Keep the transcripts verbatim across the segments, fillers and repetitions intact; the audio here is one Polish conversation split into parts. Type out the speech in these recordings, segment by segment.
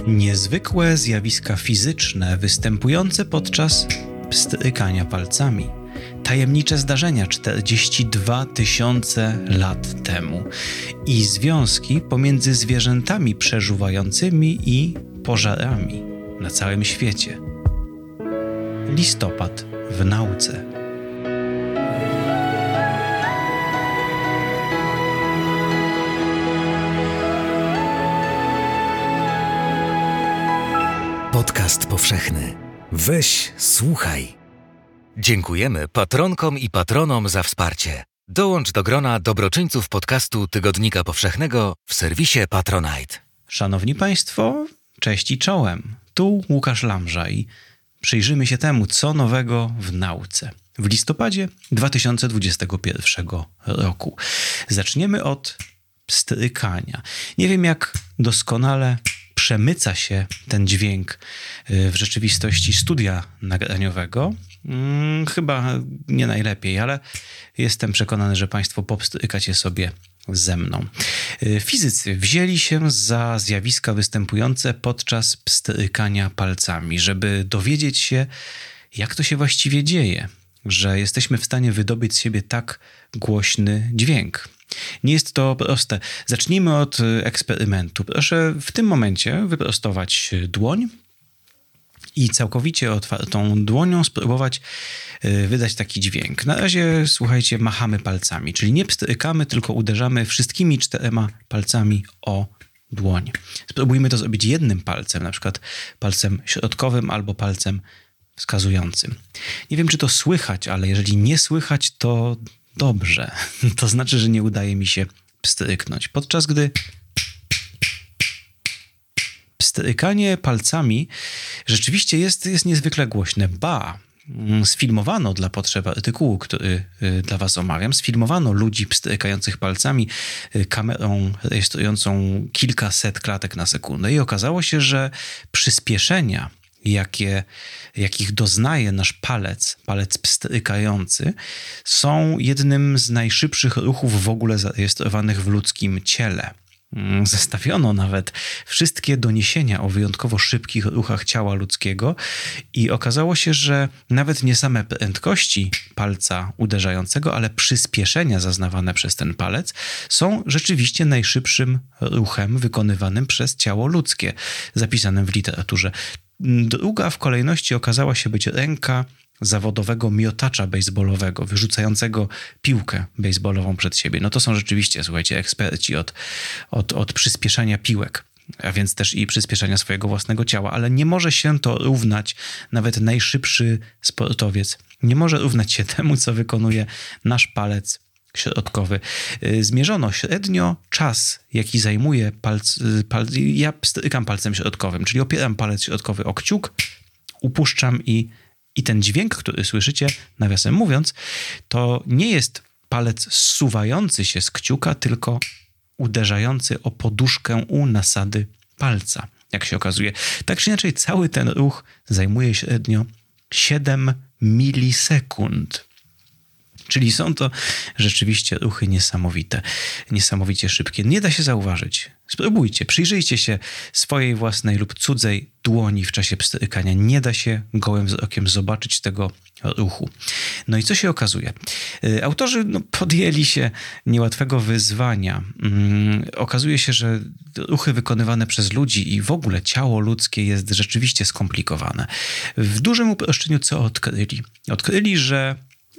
Niezwykłe zjawiska fizyczne występujące podczas pstrykania palcami. Tajemnicze zdarzenia czterdzieści dwa tysiące lat temu i związki pomiędzy zwierzętami przeżuwającymi i pożarami na całym świecie. Listopad w nauce. Podcast powszechny. Weź, słuchaj. Dziękujemy patronkom i patronom za wsparcie. Dołącz do grona dobroczyńców podcastu Tygodnika Powszechnego w serwisie Patronite. Szanowni Państwo, cześć i czołem. Tu Łukasz Lamża i przyjrzymy się temu, co nowego w nauce w listopadzie dwa tysiące dwudziestego pierwszego roku. Zaczniemy od pstrykania. Nie wiem, jak doskonale przemyca się ten dźwięk w rzeczywistości studia nagraniowego. Hmm, chyba nie najlepiej, ale jestem przekonany, że Państwo popstrykacie sobie ze mną. Fizycy wzięli się za zjawiska występujące podczas pstrykania palcami, żeby dowiedzieć się, jak to się właściwie dzieje, że jesteśmy w stanie wydobyć z siebie tak głośny dźwięk. Nie jest to proste. Zacznijmy od eksperymentu. Proszę w tym momencie wyprostować dłoń i całkowicie otwartą dłonią spróbować wydać taki dźwięk. Na razie, słuchajcie, machamy palcami, czyli nie pstrykamy, tylko uderzamy wszystkimi czterema palcami o dłoń. Spróbujmy to zrobić jednym palcem, na przykład palcem środkowym albo palcem wskazującym. Nie wiem, czy to słychać, ale jeżeli nie słychać, to dobrze. To znaczy, że nie udaje mi się pstryknąć. Podczas gdy pstrykanie palcami rzeczywiście jest, jest niezwykle głośne. Ba, sfilmowano dla potrzeb artykułu, który dla was omawiam, sfilmowano ludzi pstrykających palcami kamerą rejestrującą kilkaset klatek na sekundę i okazało się, że przyspieszenia, jakie, jakich doznaje nasz palec, palec pstrykający, są jednym z najszybszych ruchów w ogóle zarejestrowanych w ludzkim ciele. Zestawiono nawet wszystkie doniesienia o wyjątkowo szybkich ruchach ciała ludzkiego i okazało się, że nawet nie same prędkości palca uderzającego, ale przyspieszenia zaznawane przez ten palec są rzeczywiście najszybszym ruchem wykonywanym przez ciało ludzkie, zapisanym w literaturze. Druga w kolejności okazała się być ręka zawodowego miotacza bejsbolowego, wyrzucającego piłkę bejsbolową przed siebie. No to są rzeczywiście, słuchajcie, eksperci od, od, od przyspieszania piłek, a więc też i przyspieszania swojego własnego ciała, ale nie może się to równać, nawet najszybszy sportowiec nie może równać się temu, co wykonuje nasz palec środkowy. Zmierzono średnio czas, jaki zajmuje palc, pal, ja pstrykam palcem środkowym, czyli opieram palec środkowy o kciuk, upuszczam i, i ten dźwięk, który słyszycie, nawiasem mówiąc, to nie jest palec zsuwający się z kciuka, tylko uderzający o poduszkę u nasady palca, jak się okazuje. Tak czy inaczej, cały ten ruch zajmuje średnio siedem milisekund. Czyli są to rzeczywiście ruchy niesamowite, niesamowicie szybkie. Nie da się zauważyć. Spróbujcie, przyjrzyjcie się swojej własnej lub cudzej dłoni w czasie pstrykania. Nie da się gołym wzrokiem zobaczyć tego ruchu. No i co się okazuje? Autorzy no, podjęli się niełatwego wyzwania. Hmm, okazuje się, że ruchy wykonywane przez ludzi i w ogóle ciało ludzkie jest rzeczywiście skomplikowane. W dużym uproszczeniu co odkryli? Odkryli, że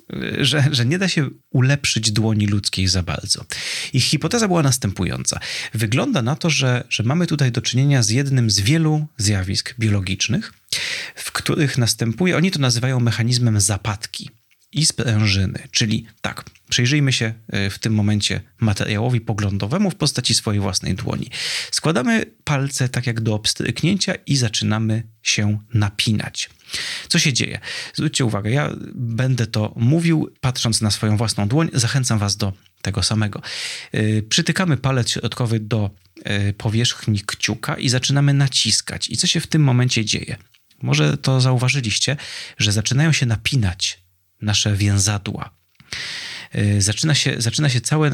Że, że nie da się ulepszyć dłoni ludzkiej za bardzo. Ich hipoteza była następująca. Wygląda na to, że, że mamy tutaj do czynienia z jednym z wielu zjawisk biologicznych, w których następuje, oni to nazywają mechanizmem zapadki i sprężyny. Czyli tak, przyjrzyjmy się w tym momencie materiałowi poglądowemu w postaci swojej własnej dłoni. Składamy palce tak jak do pstryknięcia i zaczynamy się napinać. Co się dzieje? Zwróćcie uwagę, ja będę to mówił, patrząc na swoją własną dłoń, zachęcam was do tego samego. Yy, przytykamy palec środkowy do yy, powierzchni kciuka i zaczynamy naciskać. I co się w tym momencie dzieje? Może to zauważyliście, że zaczynają się napinać nasze więzadła. Zaczyna się, zaczyna się całe nasze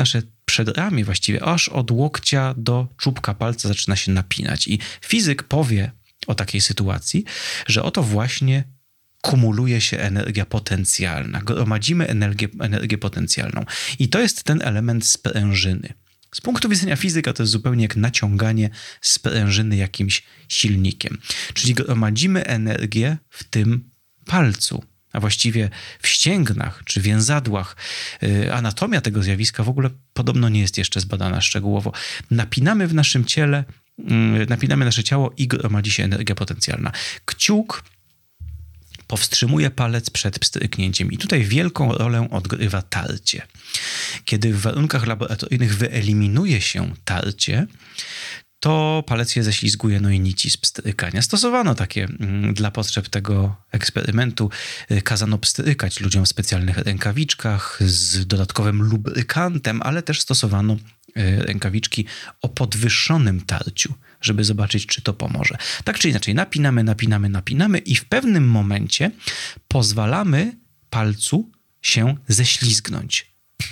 przedramię właściwie, aż od łokcia do czubka palca zaczyna się napinać. I fizyk powie o takiej sytuacji, że oto właśnie kumuluje się energia potencjalna. Gromadzimy energię, energię potencjalną. I to jest ten element sprężyny. Z punktu widzenia fizyka to jest zupełnie jak naciąganie sprężyny jakimś silnikiem. Czyli gromadzimy energię w tym palcu, a właściwie w ścięgnach czy więzadłach. Anatomia tego zjawiska w ogóle podobno nie jest jeszcze zbadana szczegółowo. Napinamy w naszym ciele, napinamy nasze ciało i gromadzi się energia potencjalna. Kciuk powstrzymuje palec przed pstryknięciem i tutaj wielką rolę odgrywa tarcie. Kiedy w warunkach laboratoryjnych wyeliminuje się tarcie, to palec się ześlizguje, no i nici z pstrykania. Stosowano takie mm, dla potrzeb tego eksperymentu. Kazano pstrykać ludziom w specjalnych rękawiczkach z dodatkowym lubrykantem, ale też stosowano y, rękawiczki o podwyższonym tarciu, żeby zobaczyć, czy to pomoże. Tak czy inaczej, napinamy, napinamy, napinamy i w pewnym momencie pozwalamy palcu się ześlizgnąć.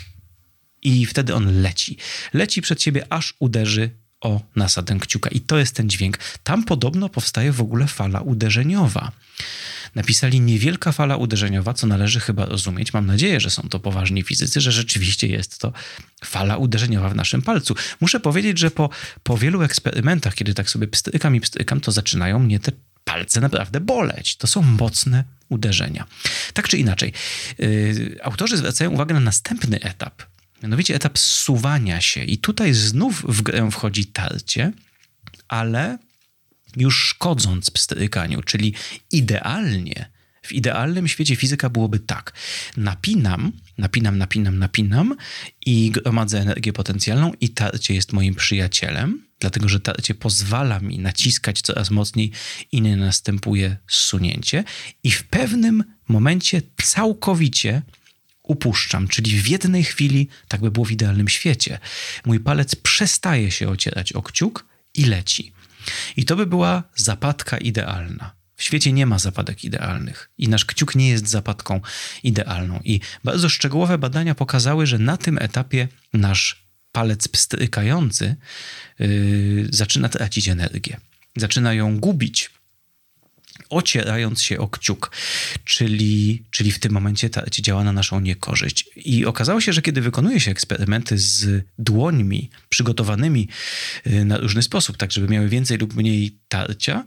I wtedy on leci. Leci przed siebie, aż uderzy o nasadę kciuka. I to jest ten dźwięk. Tam podobno powstaje w ogóle fala uderzeniowa. Napisali niewielka fala uderzeniowa, co należy chyba rozumieć. Mam nadzieję, że są to poważni fizycy, że rzeczywiście jest to fala uderzeniowa w naszym palcu. Muszę powiedzieć, że po, po wielu eksperymentach, kiedy tak sobie pstrykam i pstrykam, to zaczynają mnie te palce naprawdę boleć. To są mocne uderzenia. Tak czy inaczej, yy, autorzy zwracają uwagę na następny etap. Mianowicie etap zsuwania się. I tutaj znów w grę wchodzi tarcie, ale już szkodząc pstrykaniu, czyli idealnie, w idealnym świecie fizyka byłoby tak. Napinam, napinam, napinam, napinam i gromadzę energię potencjalną i tarcie jest moim przyjacielem, dlatego że tarcie pozwala mi naciskać coraz mocniej i nie następuje zsunięcie. I w pewnym momencie całkowicie upuszczam, czyli w jednej chwili, tak by było w idealnym świecie, mój palec przestaje się ocierać o kciuk i leci. I to by była zapadka idealna. W świecie nie ma zapadek idealnych i nasz kciuk nie jest zapadką idealną. I bardzo szczegółowe badania pokazały, że na tym etapie nasz palec pstrykający yy, zaczyna tracić energię. Zaczyna ją gubić, ocierając się o kciuk, czyli, czyli w tym momencie tarcie działa na naszą niekorzyść. I okazało się, że kiedy wykonuje się eksperymenty z dłońmi przygotowanymi na różny sposób, tak żeby miały więcej lub mniej tarcia,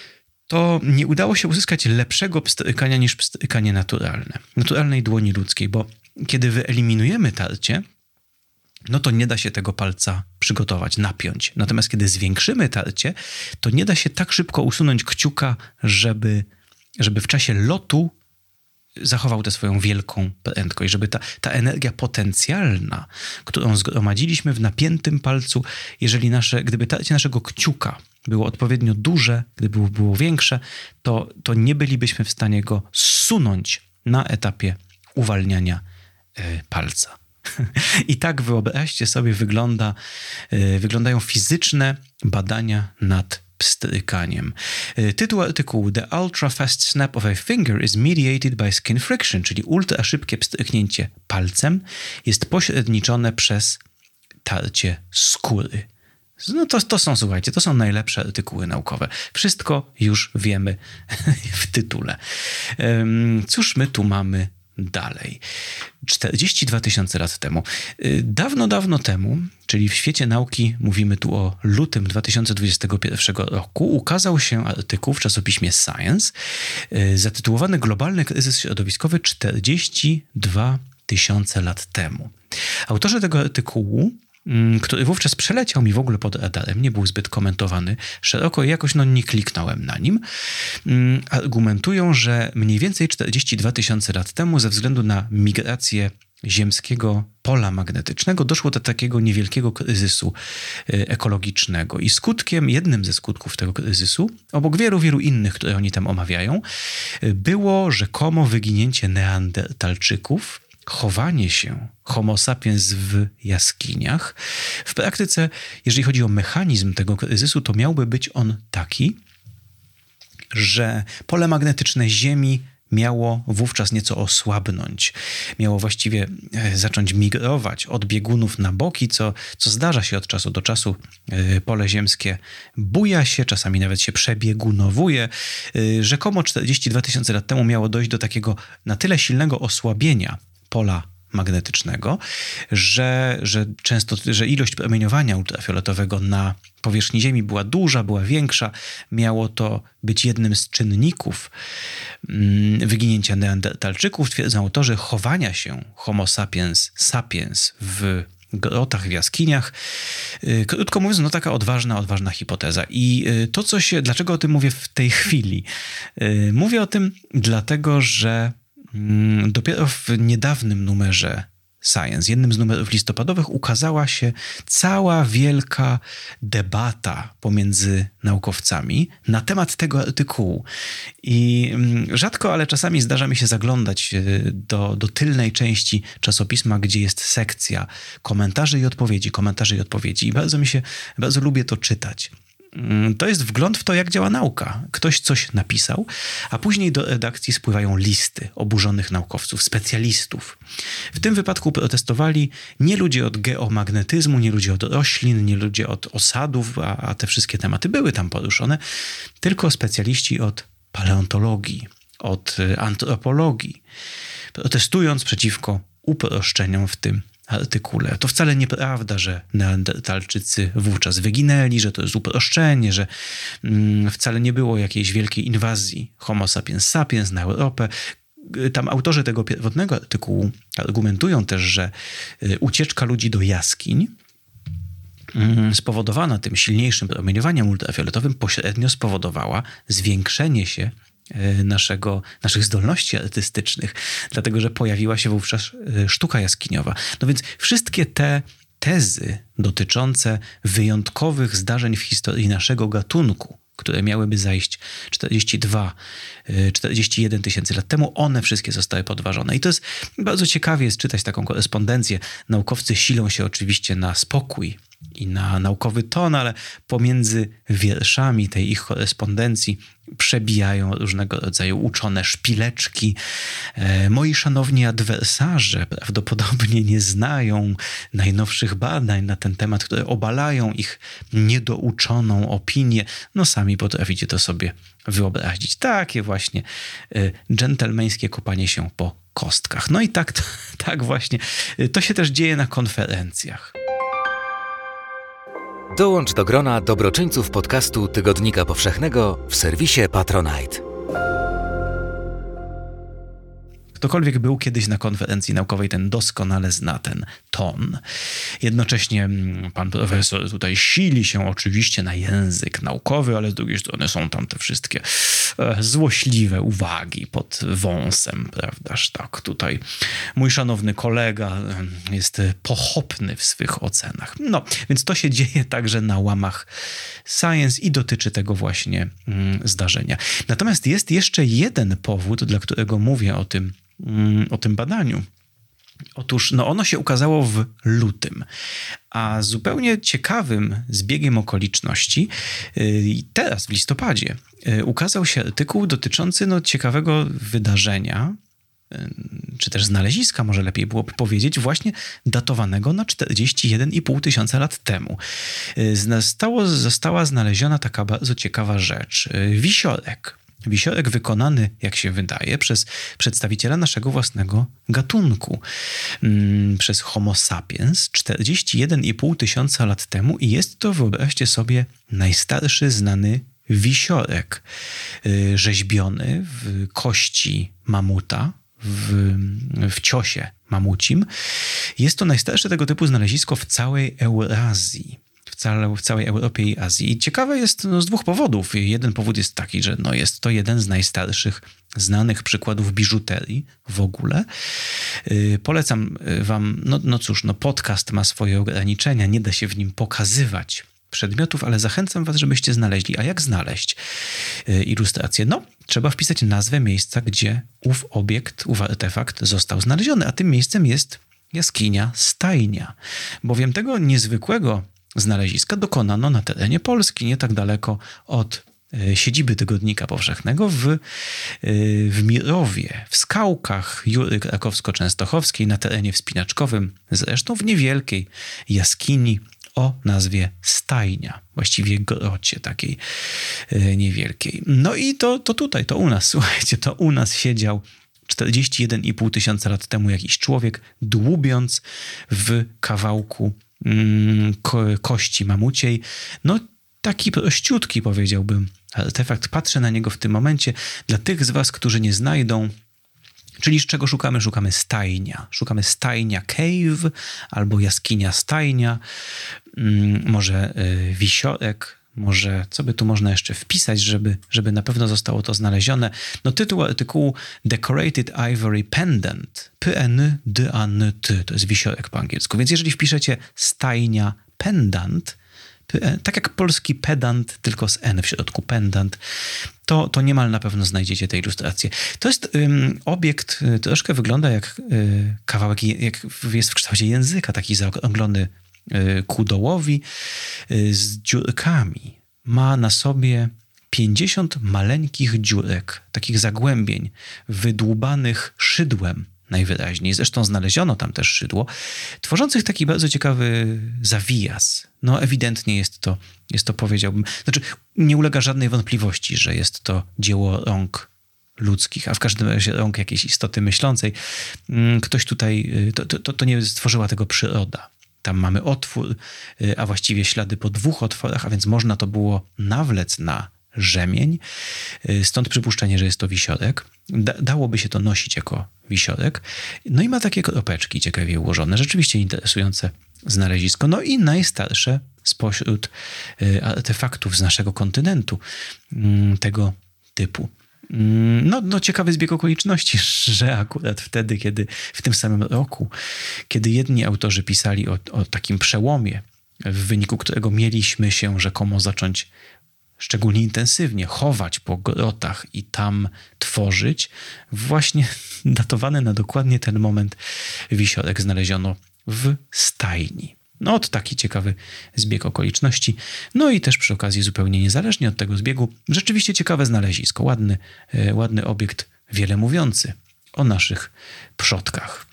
to nie udało się uzyskać lepszego pstrykania niż pstrykanie naturalne, naturalnej dłoni ludzkiej, bo kiedy wyeliminujemy tarcie, no to nie da się tego palca przygotować, napiąć. Natomiast kiedy zwiększymy tarcie, to nie da się tak szybko usunąć kciuka, żeby, żeby w czasie lotu zachował tę swoją wielką prędkość, żeby ta, ta energia potencjalna, którą zgromadziliśmy w napiętym palcu, jeżeli nasze, gdyby tarcie naszego kciuka było odpowiednio duże, gdyby było, było większe, to, to nie bylibyśmy w stanie go zsunąć na etapie uwalniania y, palca. I tak wyobraźcie sobie, wygląda, yy, wyglądają fizyczne badania nad pstrykaniem. Yy, tytuł artykułu: The ultra fast snap of a finger is mediated by skin friction, czyli ultra szybkie pstryknięcie palcem jest pośredniczone przez tarcie skóry. No to, to są, słuchajcie, to są najlepsze artykuły naukowe. Wszystko już wiemy w tytule. Yy, cóż my tu mamy dalej? czterdzieści dwa tysiące lat temu. Dawno, dawno temu, czyli w świecie nauki, mówimy tu o lutym dwa tysiące dwudziestego pierwszego roku, ukazał się artykuł w czasopiśmie Science zatytułowany Globalny kryzys środowiskowy czterdzieści dwa tysiące lat temu. Autorzy tego artykułu, który wówczas przeleciał mi w ogóle pod radarem, nie był zbyt komentowany szeroko i jakoś no nie kliknąłem na nim, argumentują, że mniej więcej czterdzieści dwa tysiące lat temu ze względu na migrację ziemskiego pola magnetycznego doszło do takiego niewielkiego kryzysu ekologicznego i skutkiem, jednym ze skutków tego kryzysu, obok wielu, wielu innych, które oni tam omawiają, było rzekomo wyginięcie neandertalczyków, chowanie się Homo sapiens w jaskiniach. W praktyce, jeżeli chodzi o mechanizm tego kryzysu, to miałby być on taki, że pole magnetyczne Ziemi miało wówczas nieco osłabnąć. Miało właściwie zacząć migrować od biegunów na boki, co, co zdarza się od czasu do czasu. Pole ziemskie buja się, czasami nawet się przebiegunowuje. Rzekomo czterdzieści dwa tysiące lat temu miało dojść do takiego na tyle silnego osłabienia pola magnetycznego, że, że często, że ilość promieniowania ultrafioletowego na powierzchni Ziemi była duża, była większa. Miało to być jednym z czynników wyginięcia neandertalczyków. Twierdzą autorzy chowania się Homo sapiens sapiens w grotach, w jaskiniach. Krótko mówiąc, no taka odważna, odważna hipoteza. I to, co się, dlaczego o tym mówię w tej chwili? Mówię o tym dlatego, że dopiero w niedawnym numerze Science, jednym z numerów listopadowych, ukazała się cała wielka debata pomiędzy naukowcami na temat tego artykułu. I rzadko, ale czasami zdarza mi się zaglądać do, do tylnej części czasopisma, gdzie jest sekcja komentarzy i odpowiedzi, komentarzy i odpowiedzi. I bardzo mi się, bardzo lubię to czytać. To jest wgląd w to, jak działa nauka. Ktoś coś napisał, a później do redakcji spływają listy oburzonych naukowców, specjalistów. W tym wypadku protestowali nie ludzie od geomagnetyzmu, nie ludzie od roślin, nie ludzie od osadów, a, a te wszystkie tematy były tam poruszone, tylko specjaliści od paleontologii, od antropologii, protestując przeciwko uproszczeniom w tym artykule. To wcale nieprawda, że neandertalczycy wówczas wyginęli, że to jest uproszczenie, że mm, wcale nie było jakiejś wielkiej inwazji Homo sapiens sapiens na Europę. Tam autorzy tego pierwotnego artykułu argumentują też, że y, ucieczka ludzi do jaskiń y, spowodowana tym silniejszym promieniowaniem ultrafioletowym pośrednio spowodowała zwiększenie się naszego, naszych zdolności artystycznych, dlatego że pojawiła się wówczas sztuka jaskiniowa. No więc wszystkie te tezy dotyczące wyjątkowych zdarzeń w historii naszego gatunku, które miałyby zajść czterdzieści dwa, czterdzieści jeden tysięcy lat temu, one wszystkie zostały podważone. I to jest bardzo ciekawie jest czytać taką korespondencję. Naukowcy silą się oczywiście na spokój i na naukowy ton, ale pomiędzy wierszami tej ich korespondencji przebijają różnego rodzaju uczone szpileczki. E, moi szanowni adwersarze prawdopodobnie nie znają najnowszych badań na ten temat, które obalają ich niedouczoną opinię. No sami potraficie to sobie wyobrazić. Takie właśnie e, dżentelmeńskie kopanie się po kostkach. No i tak, to, tak właśnie to się też dzieje na konferencjach. Dołącz do grona dobroczyńców podcastu Tygodnika Powszechnego w serwisie Patronite. Ktokolwiek był kiedyś na konferencji naukowej, ten doskonale zna ten ton. Jednocześnie pan profesor tutaj sili się oczywiście na język naukowy, ale z drugiej strony są tam te wszystkie złośliwe uwagi pod wąsem, prawdaż? Tak, tutaj mój szanowny kolega jest pochopny w swych ocenach. No, więc to się dzieje także na łamach Science i dotyczy tego właśnie mm, zdarzenia. Natomiast jest jeszcze jeden powód, dla którego mówię o tym, mm, o tym badaniu. Otóż no ono się ukazało w lutym, a zupełnie ciekawym zbiegiem okoliczności yy, teraz w listopadzie yy, ukazał się artykuł dotyczący no, ciekawego wydarzenia, yy, czy też znaleziska, może lepiej byłoby powiedzieć, właśnie datowanego na czterdzieści jeden i pół tysiąca lat temu. Yy, zostało, została znaleziona taka bardzo ciekawa rzecz. Yy, wisiorek. Wisiorek wykonany, jak się wydaje, przez przedstawiciela naszego własnego gatunku. Hmm, przez Homo sapiens czterdzieści jeden i pół tysiąca lat temu i jest to, wyobraźcie sobie, najstarszy znany wisiorek. Yy, rzeźbiony w kości mamuta, w, w ciosie mamucim. Jest to najstarsze tego typu znalezisko w całej Eurazji. W całej Europie i Azji. I ciekawe jest no, z dwóch powodów. Jeden powód jest taki, że no, jest to jeden z najstarszych znanych przykładów biżuterii w ogóle. Yy, polecam wam, no, no cóż, no, podcast ma swoje ograniczenia, nie da się w nim pokazywać przedmiotów, ale zachęcam was, żebyście znaleźli. A jak znaleźć yy, ilustrację? No, trzeba wpisać nazwę miejsca, gdzie ów obiekt, ów artefakt został znaleziony, a tym miejscem jest jaskinia Stajnia. Bowiem tego niezwykłego znaleziska dokonano na terenie Polski, nie tak daleko od siedziby Tygodnika Powszechnego w, w Mirowie, w Skałkach Jury Krakowsko-Częstochowskiej na terenie wspinaczkowym, zresztą w niewielkiej jaskini o nazwie Stajnia, właściwie grocie takiej niewielkiej. No i to, to tutaj, to u nas, słuchajcie, to u nas siedział czterdzieści jeden i pół tysiąca lat temu jakiś człowiek, dłubiąc w kawałku mm, ko- kości mamuciej. No taki prościutki, powiedziałbym, artefakt. Patrzę na niego w tym momencie. Dla tych z was, którzy nie znajdą, czyli z czego szukamy? Szukamy stajnia. Szukamy stajnia cave albo jaskinia stajnia. Mm, może y, wisiorek. Może, co by tu można jeszcze wpisać, żeby, żeby na pewno zostało to znalezione. No tytuł artykułu Decorated Ivory Pendant. P N D A N T. To jest wisiorek po angielsku. Więc jeżeli wpiszecie stajnia pendant, tak jak polski pedant, tylko z N w środku, pendant, to, to niemal na pewno znajdziecie tę ilustrację. To jest um, obiekt, troszkę wygląda jak y, kawałek, jak jest w kształcie języka, taki zaokrąglony y, ku dołowi, y, z dziurkami. Ma na sobie pięćdziesiąt maleńkich dziurek, takich zagłębień, wydłubanych szydłem najwyraźniej. Zresztą znaleziono tam też szydło, tworzących taki bardzo ciekawy zawijas. No ewidentnie jest to, jest to powiedziałbym, znaczy nie ulega żadnej wątpliwości, że jest to dzieło rąk ludzkich, a w każdym razie rąk jakiejś istoty myślącej. Ktoś tutaj, to, to, to nie stworzyła tego przyroda. Tam mamy otwór, a właściwie ślady po dwóch otworach, a więc można to było nawlec na rzemień. Stąd przypuszczenie, że jest to wisiorek. Da, dałoby się to nosić jako wisiorek. No i ma takie kropeczki ciekawie ułożone. Rzeczywiście interesujące znalezisko. No i najstarsze spośród artefaktów z naszego kontynentu tego typu. No, no ciekawy zbieg okoliczności, że akurat wtedy, kiedy w tym samym roku, kiedy jedni autorzy pisali o, o takim przełomie, w wyniku którego mieliśmy się rzekomo zacząć szczególnie intensywnie chować po grotach i tam tworzyć, właśnie datowany na dokładnie ten moment wisiorek znaleziono w stajni. No od taki ciekawy zbieg okoliczności. No i też przy okazji zupełnie niezależnie od tego zbiegu, rzeczywiście ciekawe znalezisko, ładny, ładny obiekt, wiele mówiący o naszych przodkach.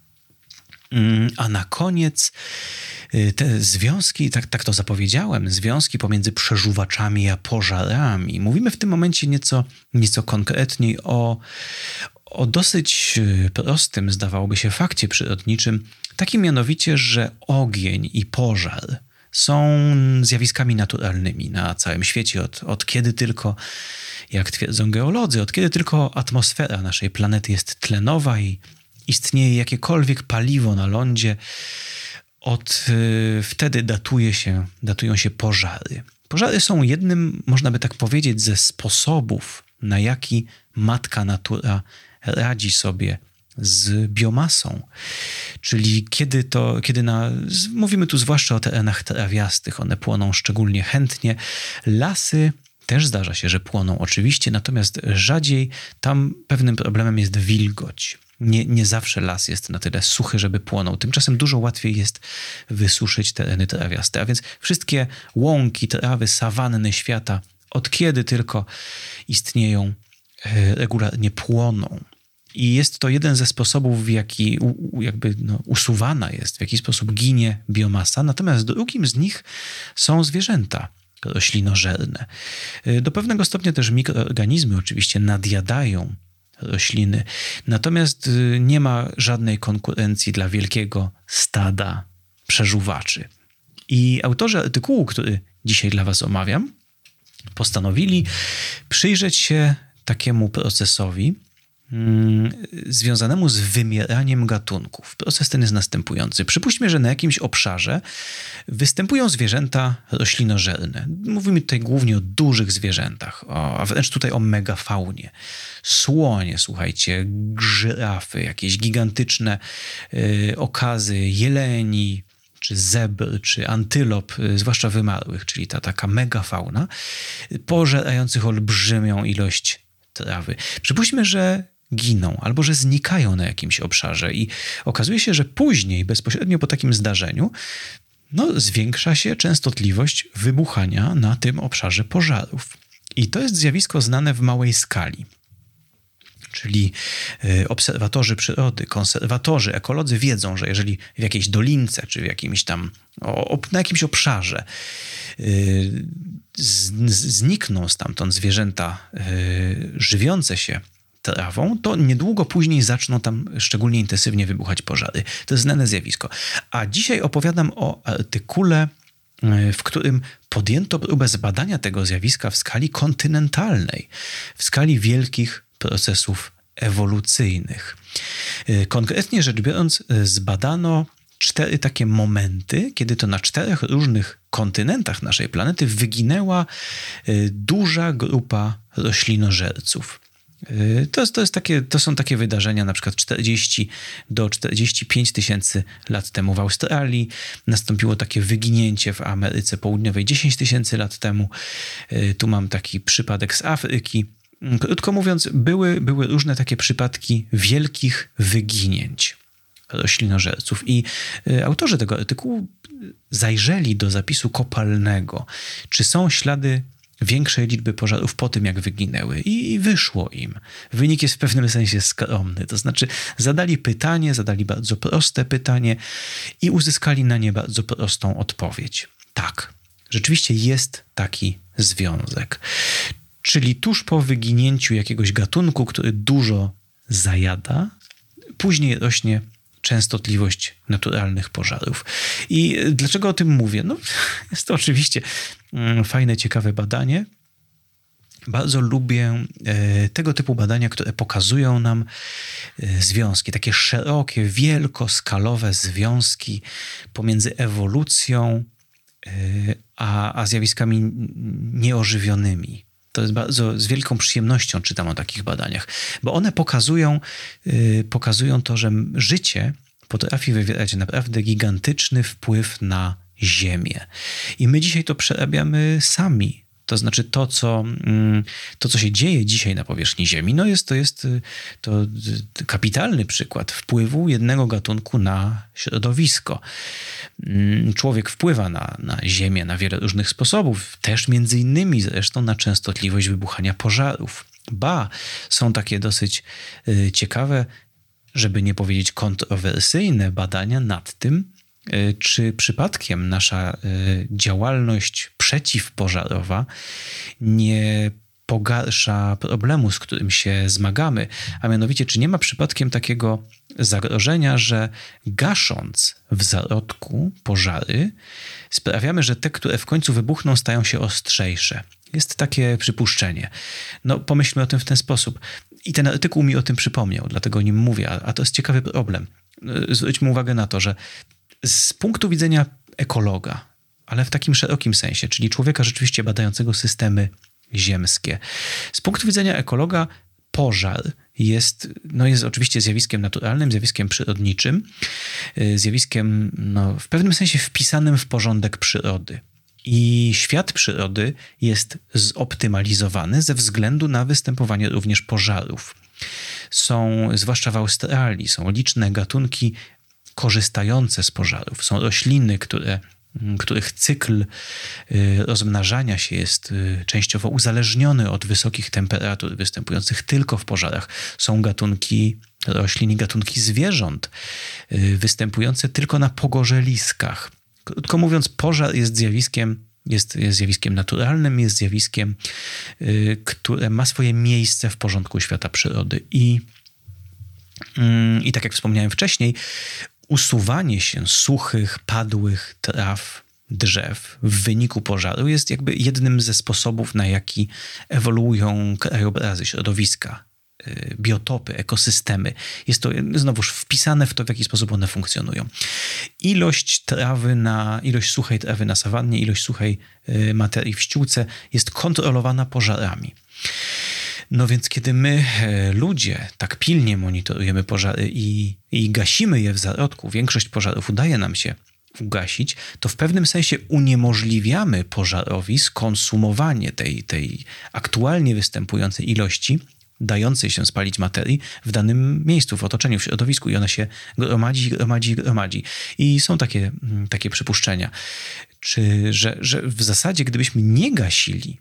A na koniec te związki, tak, tak to zapowiedziałem, związki pomiędzy przeżuwaczami a pożarami. Mówimy w tym momencie nieco, nieco konkretniej o, o dosyć prostym, zdawałoby się, fakcie przyrodniczym, takim mianowicie, że ogień i pożar są zjawiskami naturalnymi na całym świecie, od, od kiedy tylko, jak twierdzą geolodzy, od kiedy tylko atmosfera naszej planety jest tlenowa i istnieje jakiekolwiek paliwo na lądzie, od y, wtedy datuje się, datują się pożary. Pożary są jednym, można by tak powiedzieć, ze sposobów, na jaki matka natura radzi sobie z biomasą. Czyli kiedy to, kiedy na, mówimy tu zwłaszcza o terenach trawiastych, one płoną szczególnie chętnie. Lasy też zdarza się, że płoną oczywiście, natomiast rzadziej tam pewnym problemem jest wilgoć. Nie, nie zawsze las jest na tyle suchy, żeby płonął. Tymczasem dużo łatwiej jest wysuszyć tereny trawiaste. A więc wszystkie łąki, trawy, sawanny świata, od kiedy tylko istnieją, regularnie płoną. I jest to jeden ze sposobów, w jaki u, jakby no, usuwana jest, w jaki sposób ginie biomasa. Natomiast drugim z nich są zwierzęta roślinożerne. Do pewnego stopnia też mikroorganizmy oczywiście nadjadają rośliny. Natomiast nie ma żadnej konkurencji dla wielkiego stada przeżuwaczy. I autorzy artykułu, który dzisiaj dla was omawiam, postanowili przyjrzeć się takiemu procesowi hmm, związanemu z wymieraniem gatunków. Proces ten jest następujący. Przypuśćmy, że na jakimś obszarze występują zwierzęta roślinożerne. Mówimy tutaj głównie o dużych zwierzętach, o, a wręcz tutaj o megafaunie. Słonie, słuchajcie, żyrafy, jakieś gigantyczne y, okazy, jeleni, czy zebr, czy antylop, y, zwłaszcza wymarłych, czyli ta taka megafauna, pożerających olbrzymią ilość trawy. Przypuśćmy, że giną albo że znikają na jakimś obszarze i okazuje się, że później, bezpośrednio po takim zdarzeniu, no, zwiększa się częstotliwość wybuchania na tym obszarze pożarów. I to jest zjawisko znane w małej skali. Czyli obserwatorzy przyrody, konserwatorzy, ekolodzy wiedzą, że jeżeli w jakiejś dolince, czy w jakimś tam, na jakimś obszarze znikną stamtąd zwierzęta żywiące się trawą, to niedługo później zaczną tam szczególnie intensywnie wybuchać pożary. To jest znane zjawisko. A dzisiaj opowiadam o artykule, w którym podjęto próbę zbadania tego zjawiska w skali kontynentalnej, w skali wielkich procesów ewolucyjnych. Konkretnie rzecz biorąc, zbadano cztery takie momenty, kiedy to na czterech różnych kontynentach naszej planety wyginęła duża grupa roślinożerców. To, jest, to, jest takie, to są takie wydarzenia, na przykład czterdzieści do czterdziestu pięciu tysięcy lat temu w Australii. Nastąpiło takie wyginięcie w Ameryce Południowej dziesięć tysięcy lat temu. Tu mam taki przypadek z Afryki. Krótko mówiąc, były, były różne takie przypadki wielkich wyginięć roślinożerców. I autorzy tego artykułu zajrzeli do zapisu kopalnego, czy są ślady większej liczby pożarów po tym, jak wyginęły. I wyszło im. Wynik jest w pewnym sensie skromny. To znaczy zadali pytanie, zadali bardzo proste pytanie i uzyskali na nie bardzo prostą odpowiedź. Tak, rzeczywiście jest taki związek. Czyli tuż po wyginięciu jakiegoś gatunku, który dużo zajada, później rośnie częstotliwość naturalnych pożarów. I dlaczego o tym mówię? No, jest to oczywiście fajne, ciekawe badanie. Bardzo lubię tego typu badania, które pokazują nam związki, takie szerokie, wielkoskalowe związki pomiędzy ewolucją a, a zjawiskami nieożywionymi. To jest bardzo, z wielką przyjemnością czytam o takich badaniach, bo one pokazują, yy, pokazują to, że życie potrafi wywierać naprawdę gigantyczny wpływ na Ziemię. I my dzisiaj to przerabiamy sami. To znaczy to, co, to, co się dzieje dzisiaj na powierzchni Ziemi, no jest, to jest to kapitalny przykład wpływu jednego gatunku na środowisko. Człowiek wpływa na, na Ziemię na wiele różnych sposobów, też między innymi zresztą na częstotliwość wybuchania pożarów. Ba, są takie dosyć ciekawe, żeby nie powiedzieć kontrowersyjne badania nad tym, czy przypadkiem nasza działalność przeciwpożarowa nie pogarsza problemu, z którym się zmagamy, a mianowicie, czy nie ma przypadkiem takiego zagrożenia, że gasząc w zarodku pożary, sprawiamy, że te, które w końcu wybuchną, stają się ostrzejsze. Jest takie przypuszczenie. No, pomyślmy o tym w ten sposób. I ten artykuł mi o tym przypomniał, dlatego o nim mówię, a to jest ciekawy problem. Zwróćmy uwagę na to, że z punktu widzenia ekologa, ale w takim szerokim sensie, czyli człowieka rzeczywiście badającego systemy ziemskie, z punktu widzenia ekologa pożar jest, no jest oczywiście zjawiskiem naturalnym, zjawiskiem przyrodniczym, zjawiskiem no, w pewnym sensie wpisanym w porządek przyrody. I świat przyrody jest zoptymalizowany ze względu na występowanie również pożarów. Są, zwłaszcza w Australii, są liczne gatunki korzystające z pożarów. Są rośliny, które, których cykl rozmnażania się jest częściowo uzależniony od wysokich temperatur występujących tylko w pożarach. Są gatunki roślin i gatunki zwierząt występujące tylko na pogorzeliskach. Krótko mówiąc, pożar jest zjawiskiem, jest, jest zjawiskiem naturalnym, jest zjawiskiem, które ma swoje miejsce w porządku świata przyrody. I, i tak jak wspomniałem wcześniej, usuwanie się suchych, padłych traw, drzew w wyniku pożaru jest jakby jednym ze sposobów, na jaki ewoluują krajobrazy, środowiska, biotopy, ekosystemy. Jest to znowuż wpisane w to, w jaki sposób one funkcjonują. Ilość trawy na, ilość suchej trawy na sawannie, ilość suchej materii w ściółce jest kontrolowana pożarami. No więc kiedy my, ludzie, tak pilnie monitorujemy pożary i, i gasimy je w zarodku, większość pożarów udaje nam się ugasić, to w pewnym sensie uniemożliwiamy pożarowi skonsumowanie tej, tej aktualnie występującej ilości dającej się spalić materii w danym miejscu, w otoczeniu, w środowisku i ona się gromadzi, gromadzi, gromadzi. I są takie, takie przypuszczenia, czy, że, że w zasadzie gdybyśmy nie gasili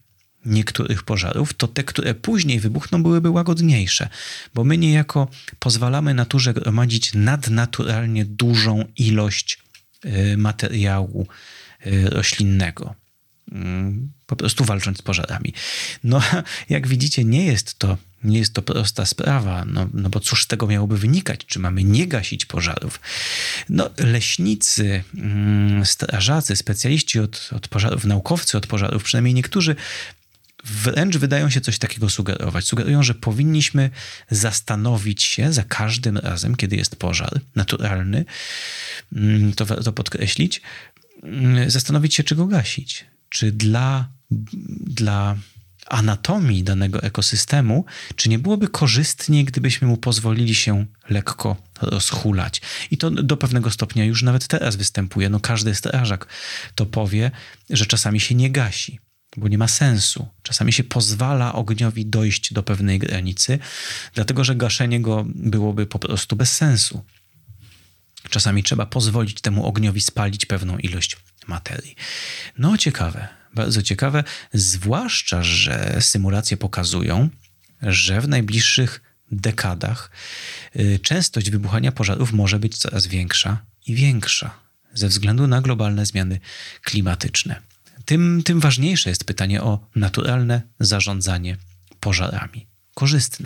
niektórych pożarów, to te, które później wybuchną, byłyby łagodniejsze, bo my niejako pozwalamy naturze gromadzić nadnaturalnie dużą ilość y, materiału y, roślinnego, y, po prostu walcząc z pożarami. No, jak widzicie, nie jest to Nie jest to prosta sprawa, no, no bo cóż z tego miałoby wynikać? Czy mamy nie gasić pożarów? No, leśnicy, mm, strażacy, specjaliści od, od pożarów, naukowcy od pożarów, przynajmniej niektórzy, wręcz wydają się coś takiego sugerować. Sugerują, że powinniśmy zastanowić się za każdym razem, kiedy jest pożar naturalny, to warto podkreślić, zastanowić się, czy go gasić. Czy dla, dla anatomii danego ekosystemu, czy nie byłoby korzystnie, gdybyśmy mu pozwolili się lekko rozhulać. I to do pewnego stopnia już nawet teraz występuje. No każdy strażak to powie, że czasami się nie gasi, bo nie ma sensu. Czasami się pozwala ogniowi dojść do pewnej granicy, dlatego że gaszenie go byłoby po prostu bez sensu. Czasami trzeba pozwolić temu ogniowi spalić pewną ilość materii. No ciekawe, bardzo ciekawe, zwłaszcza, że symulacje pokazują, że w najbliższych dekadach częstość wybuchania pożarów może być coraz większa i większa ze względu na globalne zmiany klimatyczne. Tym, tym ważniejsze jest pytanie o naturalne zarządzanie pożarami. Korzystne.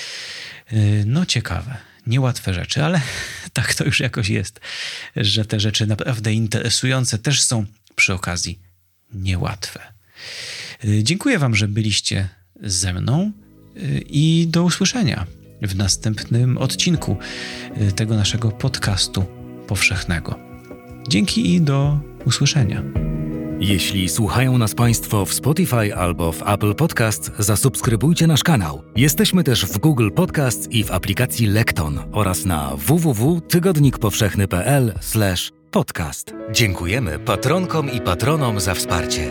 No ciekawe, niełatwe rzeczy, ale tak to już jakoś jest, że te rzeczy naprawdę interesujące też są przy okazji niełatwe. Dziękuję wam, że byliście ze mną i do usłyszenia w następnym odcinku tego naszego podcastu powszechnego. Dzięki i do usłyszenia. Jeśli słuchają nas Państwo w Spotify albo w Apple Podcast, zasubskrybujcie nasz kanał. Jesteśmy też w Google Podcast i w aplikacji Lekton oraz na w w w kropka tygodnik powszechny kropka p l slash podcast. Dziękujemy patronkom i patronom za wsparcie.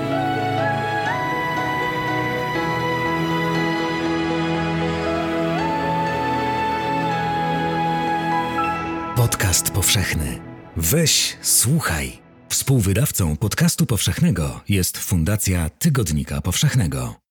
Podcast powszechny. Weź, słuchaj. Współwydawcą podcastu powszechnego jest Fundacja Tygodnika Powszechnego.